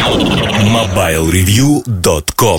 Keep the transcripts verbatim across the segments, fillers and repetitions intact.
мобайл ревью точка ком.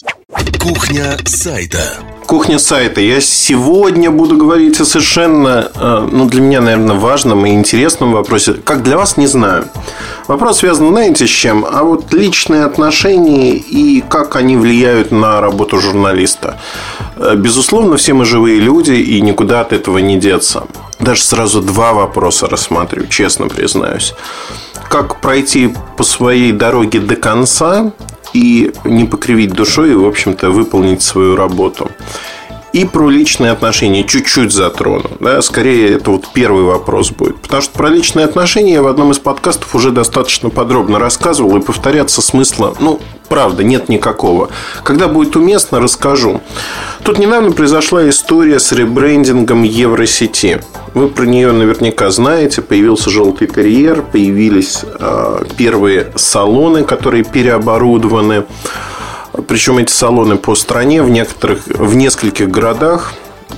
Кухня сайта. Кухня сайта. Я сегодня буду говорить о совершенно, ну, для меня, наверное, важном и интересном вопросе. Как для вас, не знаю. Вопрос связан, знаете, с чем? А вот личные отношения и как они влияют на работу журналиста. Безусловно, все мы живые люди, и никуда от этого не деться. Даже сразу два вопроса рассматриваю, честно признаюсь. Как пройти по своей дороге до конца и не покривить душой, и, в общем-то, выполнить свою работу. И про личные отношения чуть-чуть затрону, да? Скорее, это вот первый вопрос будет. Потому что про личные отношения я в одном из подкастов уже достаточно подробно рассказывал, и повторяться смысла, ну, правда, нет никакого. Когда будет уместно, расскажу. Тут недавно произошла история с ребрендингом Евросети. Вы про нее наверняка знаете. Появился желтый терьер, появились э, первые салоны, которые переоборудованы. Причем эти салоны по стране, в некоторых, в нескольких городах.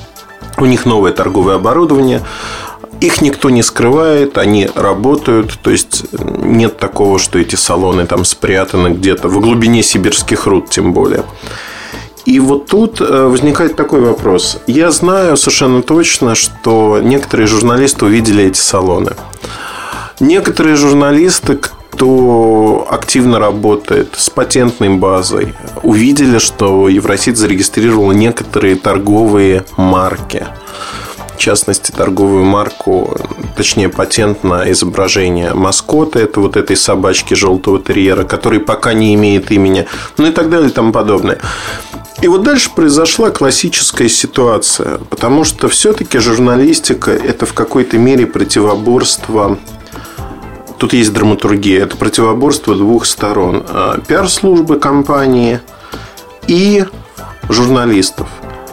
У них новое торговое оборудование. Их никто не скрывает, они работают. То есть нет такого, что эти салоны там спрятаны где-то в глубине сибирских руд, тем более. И вот тут возникает такой вопрос. Я знаю совершенно точно, что некоторые журналисты увидели эти салоны. Некоторые журналисты, кто активно работает с патентной базой, увидели, что Евросеть зарегистрировала некоторые торговые марки. В частности, торговую марку, точнее, патент на изображение маскота. Это вот этой собачки желтого терьера, который пока не имеет имени. Ну и так далее и тому подобное. И вот дальше произошла классическая ситуация. Потому что все-таки журналистика – это в какой-то мере противоборство. Тут есть драматургия. Это противоборство двух сторон. Пиар-службы компании и журналистов.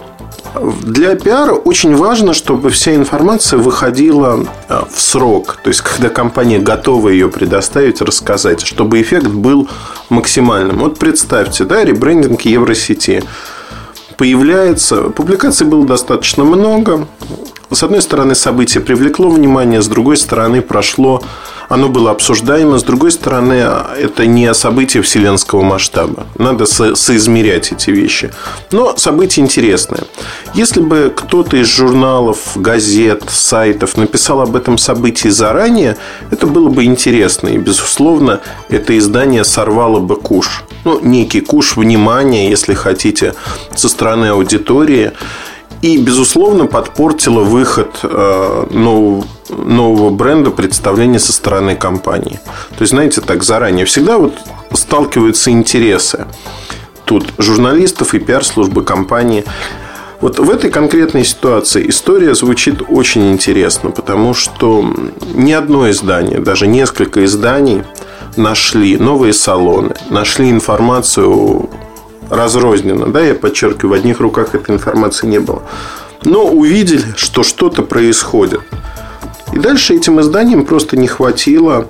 Для пиара очень важно, чтобы вся информация выходила в срок. То есть, когда компания готова ее предоставить, рассказать, чтобы эффект был максимальным. Вот представьте, да, ребрендинг Евросети. Появляется, публикаций было достаточно много. С одной стороны, событие привлекло внимание, с другой стороны, прошло, оно было обсуждаемо, с другой стороны, это не событие вселенского масштаба. Надо со- соизмерять эти вещи. Но событие интересное. Если бы кто-то из журналов, газет, сайтов написал об этом событии заранее, это было бы интересно. И, безусловно, это издание сорвало бы куш. Ну, некий куш внимания, если хотите, со стороны аудитории. И, безусловно, подпортило выход э, нового, нового бренда, представления со стороны компании. То есть, знаете, так заранее. Всегда вот сталкиваются интересы. Тут журналистов и пиар-службы компании. Вот в этой конкретной ситуации история звучит очень интересно. Потому что ни одно издание, даже несколько изданий нашли новые салоны, нашли информацию разрозненно, да, я подчеркиваю, в одних руках этой информации не было. Но увидели, что что-то происходит. И дальше этим изданиям просто не хватило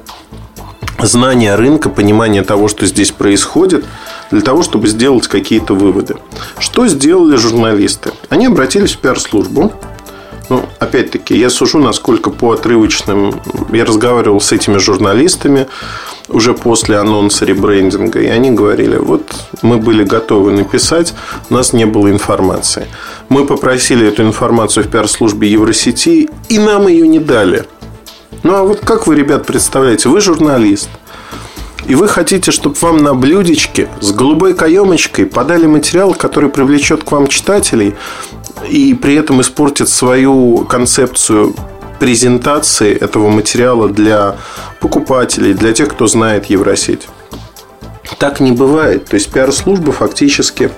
знания рынка, понимания того, что здесь происходит, для того, чтобы сделать какие-то выводы. Что сделали журналисты? Они обратились в пиар-службу. Ну, опять-таки, я сужу, насколько по отрывочным. Я разговаривал с этими журналистами уже после анонса ребрендинга. И они говорили, вот мы были готовы написать, у нас не было информации. Мы попросили эту информацию в пиар-службе Евросети, и нам ее не дали. Ну, а вот как вы, ребят, представляете? Вы журналист. И вы хотите, чтобы вам на блюдечке с голубой каемочкой подали материал, который привлечет к вам читателей и при этом испортит свою концепцию презентации этого материала для покупателей, для тех, кто знает Евросеть. Так не бывает. То есть пиар-служба фактически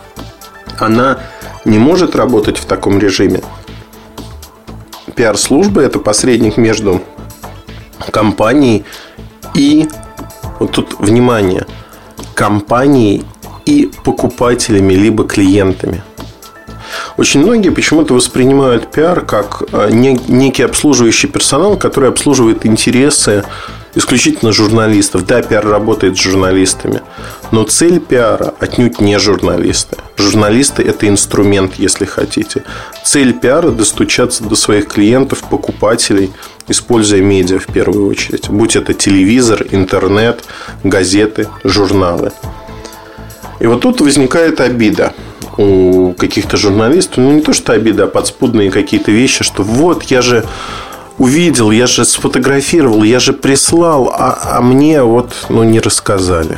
она не может работать в таком режиме. Пиар-служба – это посредник между компанией и, вот тут внимание, компанией и покупателями либо клиентами. Очень многие почему-то воспринимают пиар как некий обслуживающий персонал, который обслуживает интересы исключительно журналистов. Да, пиар работает с журналистами, но цель пиара отнюдь не журналисты. Журналисты – это инструмент, если хотите. Цель пиара – достучаться до своих клиентов, покупателей, используя медиа в первую очередь. Будь это телевизор, интернет, газеты, журналы. И вот тут возникает обида у каких-то журналистов. Ну, не то, что обида, а подспудные какие-то вещи, что вот, я же увидел, я же сфотографировал, я же прислал, а, а мне вот, ну, не рассказали.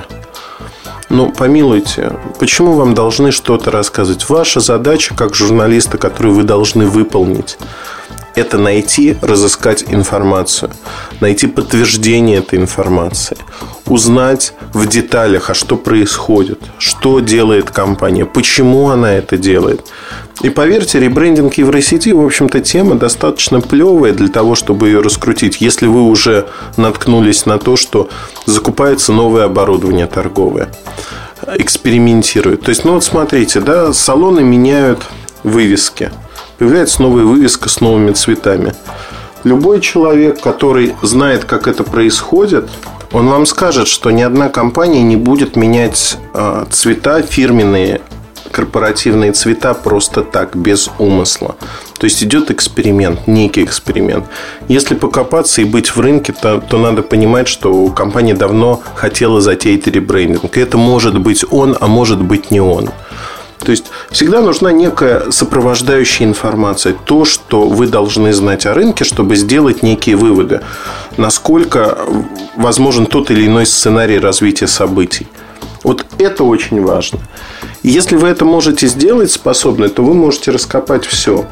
Ну, помилуйте, почему вам должны что-то рассказывать? Ваша задача, как журналиста, которую вы должны выполнить, это найти, разыскать информацию, найти подтверждение этой информации, узнать в деталях, а что происходит, что делает компания, почему она это делает. И поверьте, ребрендинг Евросети, в общем-то, тема достаточно плевая для того, чтобы ее раскрутить, если вы уже наткнулись на то, что закупается новое оборудование торговое, экспериментируют. То есть, ну вот смотрите, да, салоны меняют вывески. Появляется новая вывеска с новыми цветами. Любой человек, который знает, как это происходит, он вам скажет, что ни одна компания не будет менять э, цвета, фирменные корпоративные цвета просто так, без умысла. То есть идет эксперимент, некий эксперимент. Если покопаться и быть в рынке, то, то надо понимать, что компания давно хотела затеять ребрендинг. И это может быть он, а может быть не он. То есть всегда нужна некая сопровождающая информация, то, что вы должны знать о рынке, чтобы сделать некие выводы, насколько возможен тот или иной сценарий развития событий. Вот это очень важно. И если вы это можете сделать, способны, то вы можете раскопать все.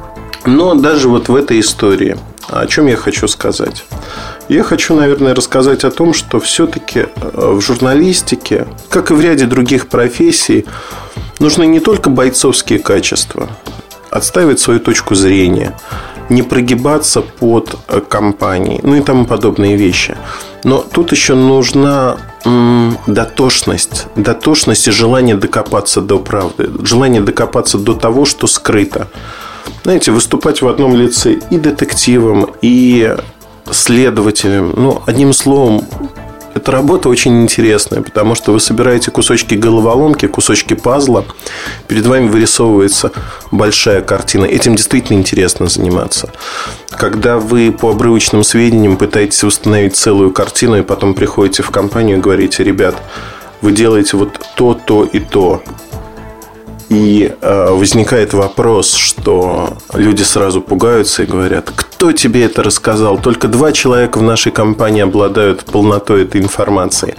Но даже вот в этой истории, о чем я хочу сказать? Я хочу, наверное, рассказать о том, что все-таки в журналистике, как и в ряде других профессий, нужны не только бойцовские качества, отстаивать свою точку зрения, не прогибаться под компании, ну и тому подобные вещи. Но тут еще нужна м, дотошность, дотошность и желание докопаться до правды, желание докопаться до того, что скрыто. Знаете, выступать в одном лице и детективом, и следователем. Ну, одним словом, эта работа очень интересная, потому что вы собираете кусочки головоломки, кусочки пазла, перед вами вырисовывается большая картина. Этим действительно интересно заниматься. Когда вы по обрывочным сведениям пытаетесь восстановить целую картину, и потом приходите в компанию и говорите: ребят, вы делаете вот то, то и то. И э, возникает вопрос, что люди сразу пугаются и говорят: кто тебе это рассказал? Только два человека в нашей компании обладают полнотой этой информации.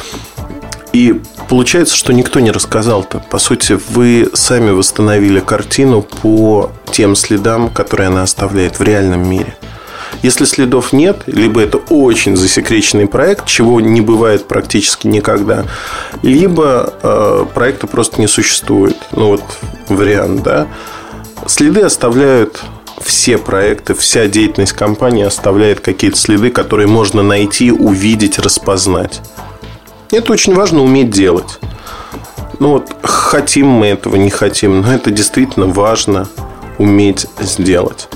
И получается, что никто не рассказал-то. По сути, вы сами восстановили картину по тем следам, которые она оставляет в реальном мире. Если следов нет, либо это очень засекреченный проект, чего не бывает практически никогда, либо э, проекта просто не существует. Ну вот вариант, да. Следы оставляют все проекты, вся деятельность компании оставляет какие-то следы, которые можно найти, увидеть, распознать. Это очень важно уметь делать. Ну вот хотим мы этого, не хотим, но это действительно важно уметь сделать.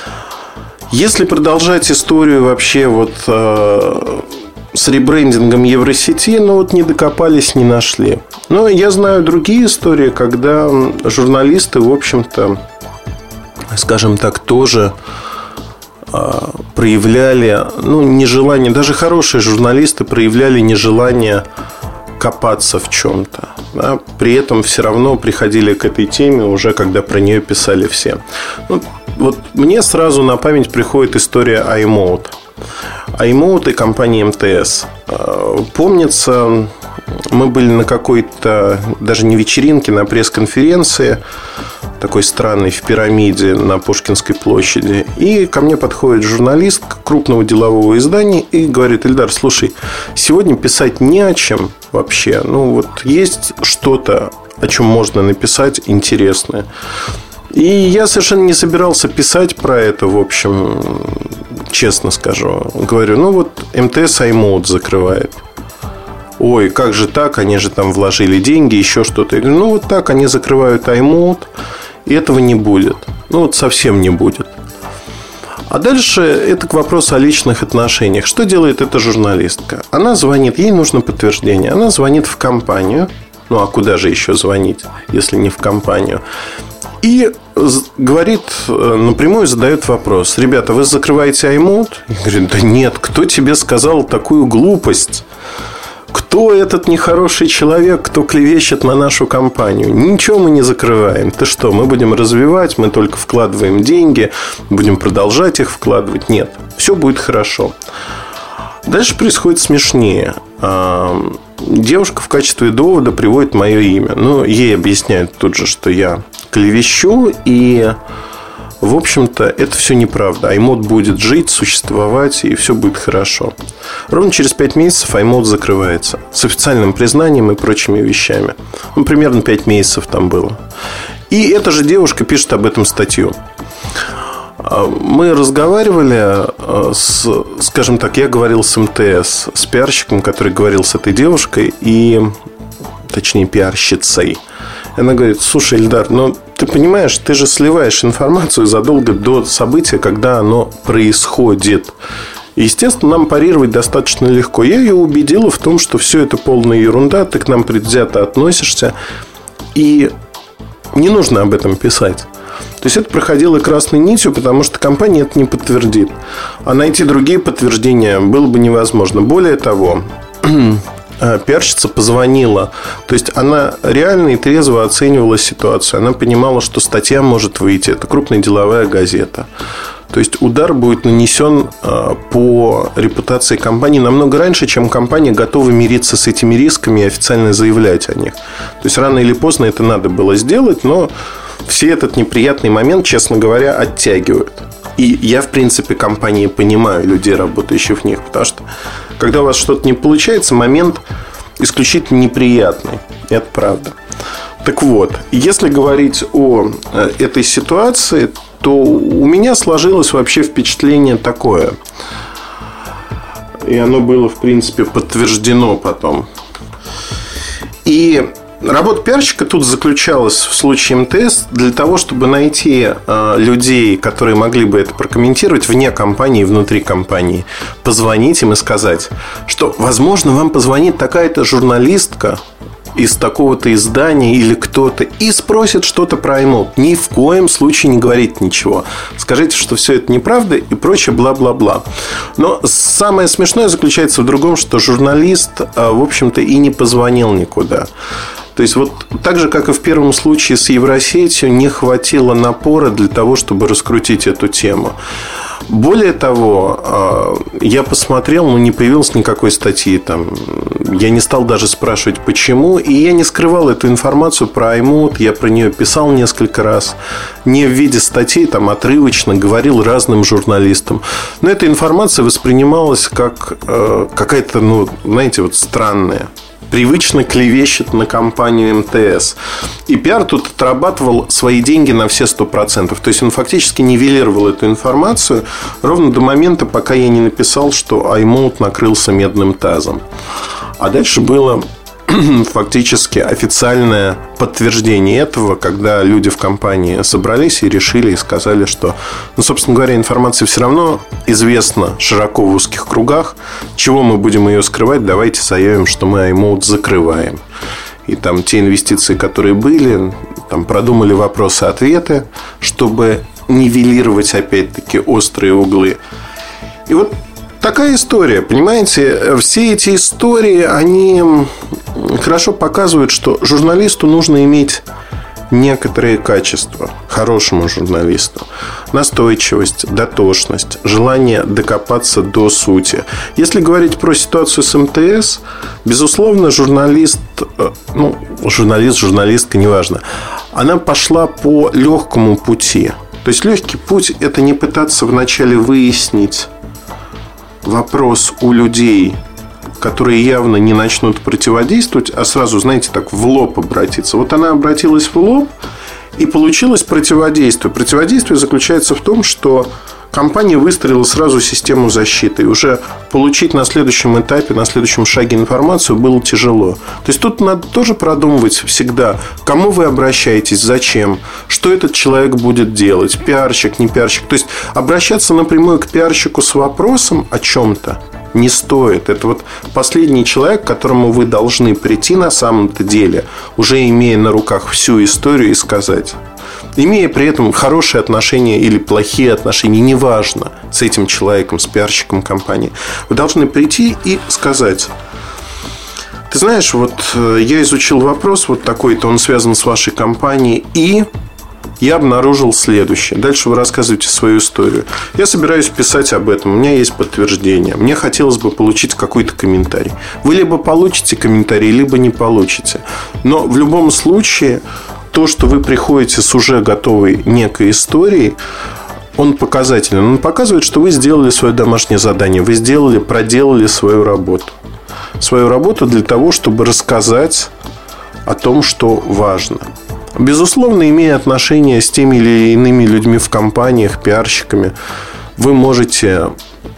Если продолжать историю вообще вот э, с ребрендингом Евросети, ну вот не докопались, не нашли. Но я знаю другие истории, когда журналисты, в общем-то, скажем так, тоже э, проявляли, ну, нежелание, даже хорошие журналисты проявляли нежелание копаться в чем-то, да? При этом все равно приходили к этой теме уже, когда про нее писали все. Ну, вот мне сразу на память приходит история iMode. iMode и компании эм тэ эс. Помнится, мы были на какой-то, даже не вечеринке, на пресс-конференции такой странной в пирамиде на Пушкинской площади. И ко мне подходит журналист крупного делового издания и говорит: Ильдар, слушай, сегодня писать не о чем вообще. Ну вот есть что-то, о чем можно написать интересное. И я совершенно не собирался писать про это, в общем, честно скажу. Говорю, ну вот эм тэ эс iMode закрывает. Ой, как же так, они же там вложили деньги, еще что-то. Я говорю, ну вот так, они закрывают iMode, и этого не будет. Ну вот совсем не будет. А дальше это к вопросу о личных отношениях. Что делает эта журналистка? Она звонит, ей нужно подтверждение. Она звонит в компанию. Ну, а куда же еще звонить, если не в компанию? И говорит, напрямую задает вопрос: ребята, вы закрываете iMode? Я говорю: да нет, кто тебе сказал такую глупость? Кто этот нехороший человек, кто клевещет на нашу компанию? Ничего мы не закрываем. Ты что, мы будем развивать, мы только вкладываем деньги, будем продолжать их вкладывать? Нет, все будет хорошо. Дальше происходит смешнее. Девушка в качестве довода приводит мое имя. Ну, ей объясняют тут же, что я клевещу. И, в общем-то, это все неправда. iMode будет жить, существовать, и все будет хорошо. Ровно через пять месяцев iMode закрывается. С официальным признанием и прочими вещами. Ну, примерно пять месяцев там было. И эта же девушка пишет об этом статью. Мы разговаривали с, скажем так, я говорил с МТС, с пиарщиком, который говорил с этой девушкой, и, точнее, пиарщицей. Она говорит: слушай, Ильдар, ну ты понимаешь, ты же сливаешь информацию задолго до события, когда оно происходит. И, естественно, нам парировать достаточно легко. Я ее убедила в том, что все это полная ерунда, ты к нам предвзято относишься, и не нужно об этом писать. То есть это проходило красной нитью, потому что компания это не подтвердит. А найти другие подтверждения было бы невозможно. Более того, пиарщица позвонила. То есть она реально и трезво оценивала ситуацию. Она понимала, что статья может выйти. Это крупная деловая газета. То есть удар будет нанесен по репутации компании намного раньше, чем компания готова мириться с этими рисками и официально заявлять о них. То есть рано или поздно это надо было сделать, но все этот неприятный момент, честно говоря, оттягивают. И я, в принципе, компании понимаю, людей, работающих в них. Потому что, когда у вас что-то не получается, момент исключительно неприятный. Это правда. Так вот, если говорить о этой ситуации, то у меня сложилось вообще впечатление такое. И оно было, в принципе, подтверждено потом. И работа пиарщика тут заключалась в случае МТС для того, чтобы найти э, людей, которые могли бы это прокомментировать вне компании, внутри компании. Позвонить им и сказать, что, возможно, вам позвонит такая-то журналистка из такого-то издания или кто-то и спросит что-то про iMode. Ни в коем случае не говорите ничего. Скажите, что все это неправда и прочее бла-бла-бла. Но самое смешное заключается в другом, что журналист, в общем-то, и не позвонил никуда. То есть, вот так же, как и в первом случае с Евросетью, не хватило напора для того, чтобы раскрутить эту тему. Более того, я посмотрел, но не появилось никакой статьи там. Я не стал даже спрашивать, почему. И я не скрывал эту информацию про iMode. Я про нее писал несколько раз. Не в виде статей, там, отрывочно, говорил разным журналистам. Но эта информация воспринималась как какая-то, ну, знаете, вот странная. Привычно клевещет на компанию МТС. И пиар тут отрабатывал свои деньги на все сто процентов. То есть он фактически нивелировал эту информацию ровно до момента, пока я не написал, что iMode накрылся медным тазом. А дальше было фактически официальное подтверждение этого, когда люди в компании собрались и решили, и сказали, что, ну, собственно говоря, информация все равно известна широко в узких кругах. Чего мы будем ее скрывать? Давайте заявим, что мы iMode закрываем. И там те инвестиции, которые были, там продумали вопросы-ответы, чтобы нивелировать, опять-таки, острые углы. И вот такая история, понимаете, все эти истории, они хорошо показывают, что журналисту нужно иметь некоторые качества, хорошему журналисту: настойчивость, дотошность, желание докопаться до сути. Если говорить про ситуацию с МТС, безусловно, журналист, ну, журналист, журналистка, неважно, она пошла по легкому пути. То есть легкий путь – это не пытаться вначале выяснить вопрос у людей, которые явно не начнут противодействовать, а сразу, знаете, так в лоб обратиться. Вот она обратилась в лоб, и получилось противодействие. Противодействие заключается в том, что компания выстроила сразу систему защиты. И уже получить на следующем этапе, на следующем шаге информацию было тяжело. То есть тут надо тоже продумывать всегда, к кому вы обращаетесь, зачем, что этот человек будет делать, пиарщик, не пиарщик. То есть обращаться напрямую к пиарщику с вопросом о чем-то не стоит. Это вот последний человек, к которому вы должны прийти на самом-то деле, уже имея на руках всю историю, и сказать, имея при этом хорошие отношения или плохие отношения, неважно, с этим человеком, с пиарщиком компании, вы должны прийти и сказать: ты знаешь, вот я изучил вопрос вот такой-то, он связан с вашей компанией, и я обнаружил следующее. Дальше вы рассказываете свою историю. Я собираюсь писать об этом. У меня есть подтверждение. Мне хотелось бы получить какой-то комментарий. Вы либо получите комментарий, либо не получите. Но в любом случае, то, что вы приходите с уже готовой некой историей, он показателен. Он показывает, что вы сделали свое домашнее задание. Вы сделали, проделали свою работу. Свою работу для того, чтобы рассказать о том, что важно. Безусловно, имея отношения с теми или иными людьми в компаниях, пиарщиками, вы можете...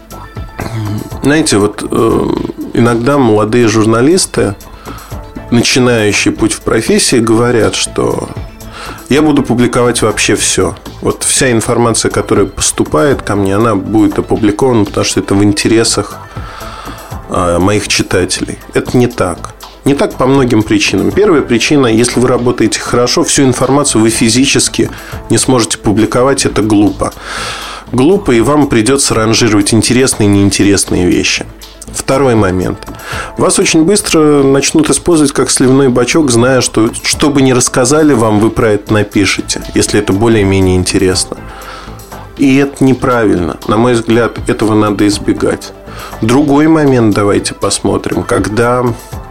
Знаете, вот э, иногда молодые журналисты, начинающие путь в профессии, говорят, что я буду публиковать вообще все. Вот вся информация, которая поступает ко мне, она будет опубликована, потому что это в интересах э, моих читателей. Это не так. Не так по многим причинам. Первая причина: если вы работаете хорошо, всю информацию вы физически не сможете публиковать. Это глупо. Глупо, и вам придется ранжировать интересные и неинтересные вещи. Второй момент. Вас очень быстро начнут использовать как сливной бачок, зная, что что бы ни рассказали вам, вы про это напишете, если это более-менее интересно. И это неправильно. На мой взгляд, этого надо избегать. Другой момент давайте посмотрим. Когда...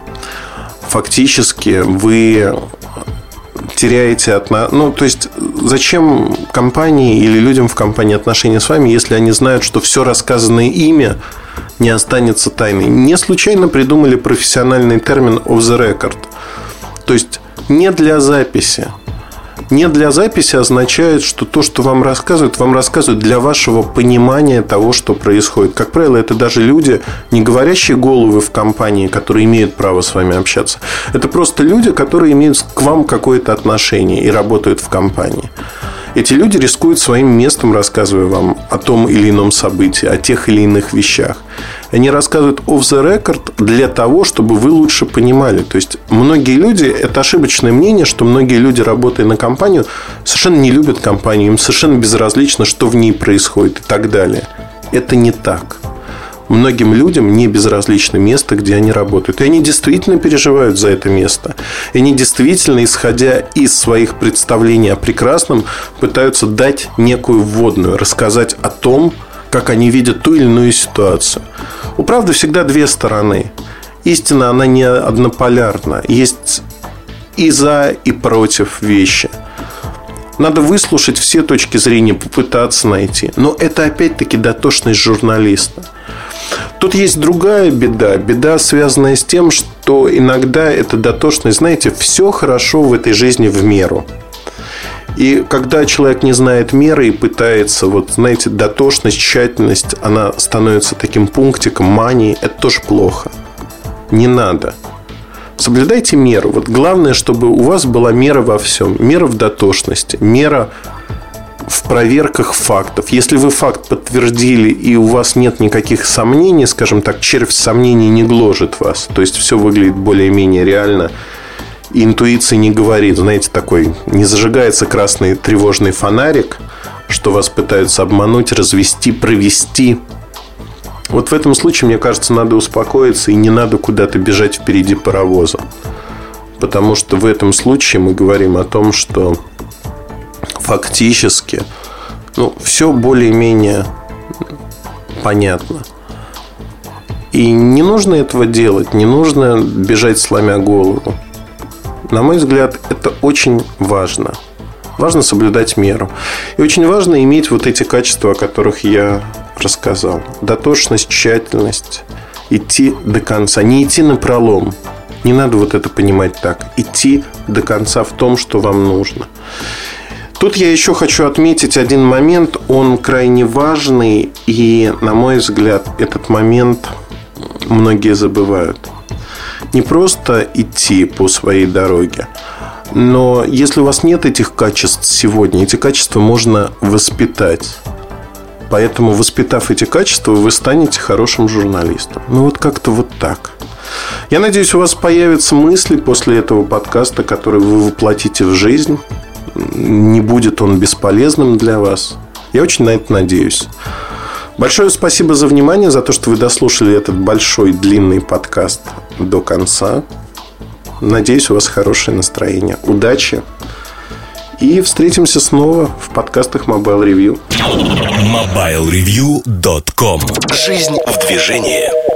фактически вы теряете отно... Ну, то есть, зачем компании или людям в компании отношения с вами, если они знают, что все рассказанное ими не останется тайной? Не случайно придумали профессиональный термин off the record. То есть, не для записи. Не для записи означает, что то, что вам рассказывают, вам рассказывают для вашего понимания того, что происходит. Как правило, это даже люди, не говорящие головы в компании, которые имеют право с вами общаться. Это просто люди, которые имеют к вам какое-то отношение и работают в компании. Эти люди рискуют своим местом, рассказывая вам о том или ином событии, о тех или иных вещах. Они рассказывают off the record для того, чтобы вы лучше понимали. То есть, многие люди, это ошибочное мнение, что многие люди, работая на компанию, совершенно не любят компанию, им совершенно безразлично, что в ней происходит и так далее. Это не так. Многим людям не безразлично место, где они работают. И они действительно переживают за это место. И они действительно, исходя из своих представлений о прекрасном, пытаются дать некую вводную, рассказать о том, как они видят ту или иную ситуацию. У правды всегда две стороны. Истина, она не однополярна. Есть и за, и против вещи. Надо выслушать все точки зрения, попытаться найти. Но это опять-таки дотошность журналиста. Тут есть другая беда. Беда, связанная с тем, что иногда эта дотошность, знаете, все хорошо в этой жизни в меру. И когда человек не знает меры и пытается, вот, знаете, дотошность, тщательность, она становится таким пунктиком, манией, это тоже плохо. Не надо. Соблюдайте меру. Вот главное, чтобы у вас была мера во всем. Мера в дотошности, мера в проверках фактов. Если вы факт подтвердили и у вас нет никаких сомнений, скажем так, червь сомнений не гложет вас, то есть все выглядит более-менее реально, и интуиция не говорит, знаете, такой, не зажигается красный тревожный фонарик, что вас пытаются обмануть, развести, провести. Вот в этом случае, мне кажется, надо успокоиться и не надо куда-то бежать впереди паровоза. Потому что в этом случае мы говорим о том, что фактически, ну, все более-менее понятно. И не нужно этого делать, не нужно бежать, сломя голову. На мой взгляд, это очень важно. Важно соблюдать меру. И очень важно иметь вот эти качества, о которых я рассказал. Дотошность, тщательность. Идти до конца. Не идти напролом. Не надо вот это понимать так. Идти до конца в том, что вам нужно. Тут я еще хочу отметить один момент. Он крайне важный. И, на мой взгляд, этот момент многие забывают. Не просто идти по своей дороге, но если у вас нет этих качеств сегодня, эти качества можно воспитать. Поэтому, воспитав эти качества, вы станете хорошим журналистом. Ну, вот как-то вот так. Я надеюсь, у вас появятся мысли после этого подкаста, которые вы воплотите в жизнь. Не будет он бесполезным для вас. Я очень на это надеюсь. Большое спасибо за внимание, за то, что вы дослушали этот большой, длинный подкаст до конца. Надеюсь, у вас хорошее настроение. Удачи. И встретимся снова в подкастах Mobile Review. мобайл ревью точка ком. Жизнь в движении.